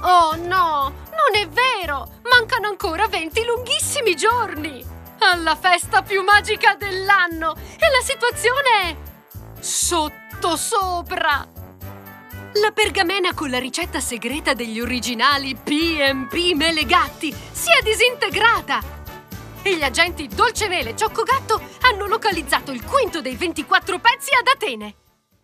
Oh no, non è vero! Mancano ancora 20 lunghissimi giorni! Alla festa più magica dell'anno! E la situazione è sottosopra! La pergamena con la ricetta segreta degli originali P&P Melegatti si è disintegrata! E gli agenti Dolcemele e Cioccogatto hanno localizzato il quinto dei 24 pezzi ad Atene!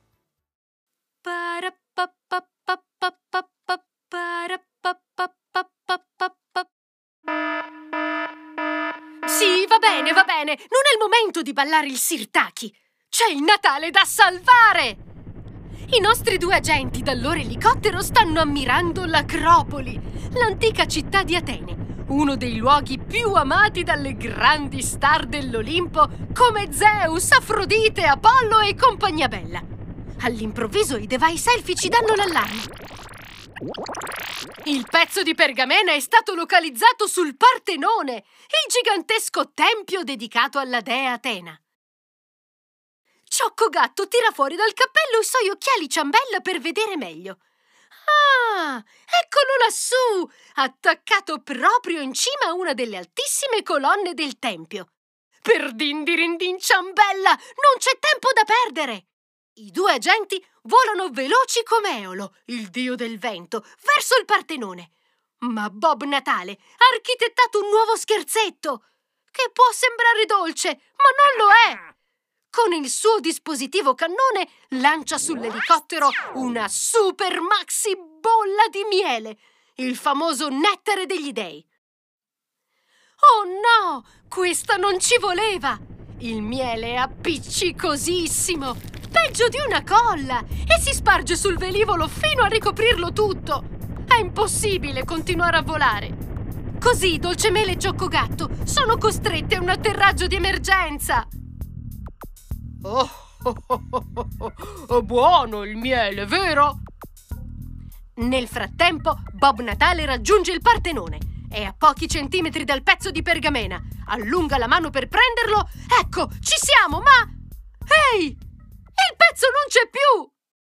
Sì, va bene, va bene. Non è il momento di ballare il sirtaki. C'è il Natale da salvare! I nostri due agenti dal loro elicottero stanno ammirando l'Acropoli, l'antica città di Atene, uno dei luoghi più amati dalle grandi star dell'Olimpo come Zeus, Afrodite, Apollo e compagnia bella. All'improvviso i device selfie ci danno l'allarme. Il pezzo di pergamena è stato localizzato sul Partenone, il gigantesco tempio dedicato alla dea Atena. Cioccogatto tira fuori dal cappello i suoi occhiali ciambella per vedere meglio. Ah, eccolo lassù, attaccato proprio in cima a una delle altissime colonne del tempio. Per dindirindin ciambella, non c'è tempo da perdere! I due agenti volano veloci come Eolo, il dio del vento, verso il Partenone. Ma Bob Natale ha architettato un nuovo scherzetto, che può sembrare dolce, ma non lo è. Con il suo dispositivo cannone lancia sull'elicottero una super maxi bolla di miele, il famoso nettare degli dei. Oh no, questa non ci voleva! Il miele è appiccicosissimo, peggio di una colla, e si sparge sul velivolo fino a ricoprirlo tutto. È impossibile continuare a volare. Così Dolcemele e Cioccogatto sono costretti a un atterraggio di emergenza. È buono il miele, vero? Nel frattempo, Bob Natale raggiunge il Partenone. È a pochi centimetri dal pezzo di pergamena. Allunga la mano per prenderlo. Ecco, ci siamo, ma... Ehi! Il pezzo non c'è più!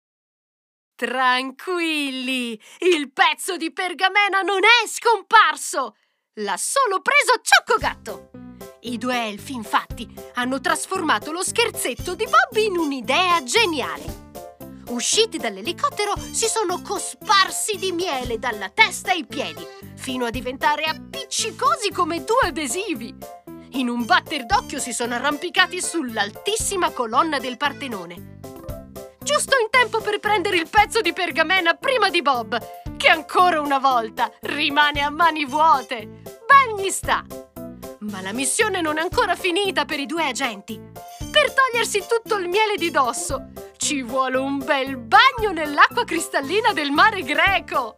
Tranquilli, il pezzo di pergamena non è scomparso! L'ha solo preso Cioccogatto! I due elfi, infatti, hanno trasformato lo scherzetto di Bob in un'idea geniale. Usciti dall'elicottero, si sono cosparsi di miele dalla testa ai piedi, fino a diventare appiccicosi come due adesivi. In un batter d'occhio si sono arrampicati sull'altissima colonna del Partenone. Giusto in tempo per prendere il pezzo di pergamena prima di Bob, che ancora una volta rimane a mani vuote. Ben gli sta! Ma la missione non è ancora finita per i due agenti. Per togliersi tutto il miele di dosso, ci vuole un bel bagno nell'acqua cristallina del mare Greco.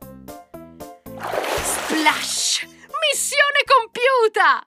Splash! Missione compiuta!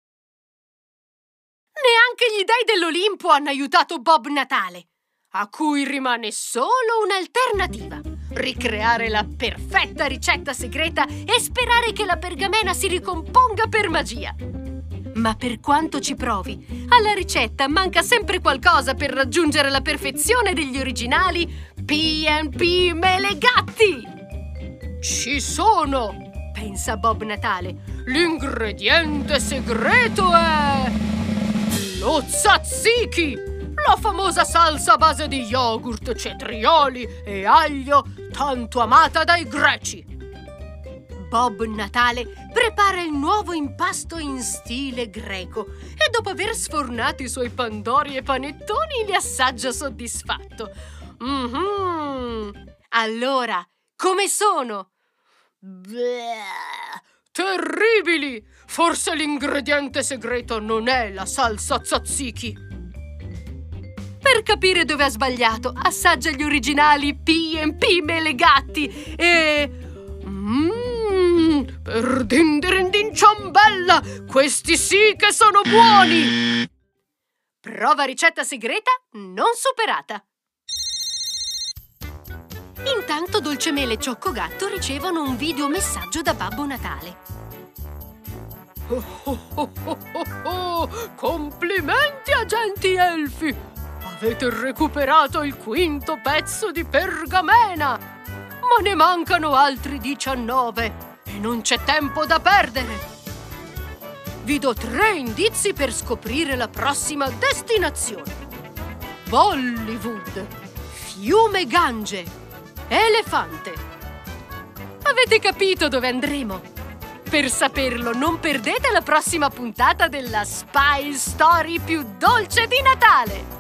Neanche gli dei dell'Olimpo hanno aiutato Bob Natale, a cui rimane solo un'alternativa: ricreare la perfetta ricetta segreta e sperare che la pergamena si ricomponga per magia. Ma per quanto ci provi, alla ricetta manca sempre qualcosa per raggiungere la perfezione degli originali P&P Melegatti. Ci sono, pensa Bob Natale. L'ingrediente segreto è lo tzatziki, la famosa salsa a base di yogurt, cetrioli e aglio, tanto amata dai greci. Bob Natale prepara il nuovo impasto in stile greco e dopo aver sfornato i suoi pandori e panettoni li assaggia soddisfatto. Allora, come sono? Bleh, terribili! Forse l'ingrediente segreto non è la salsa tzatziki. Per capire dove ha sbagliato, assaggia gli originali P&P Melegatti e... per dindirindin ciambella, questi sì che sono buoni! Prova ricetta segreta non superata. Intanto Dolcemele e Cioccogatto ricevono un videomessaggio da Babbo Natale. Complimenti, agenti elfi! Avete recuperato il quinto pezzo di pergamena! Ma ne mancano altri 19 e non c'è tempo da perdere. Vi do 3 indizi per scoprire la prossima destinazione. Bollywood, fiume Gange, elefante. Avete capito dove andremo? Per saperlo, non perdete la prossima puntata della Spy Story più dolce di Natale!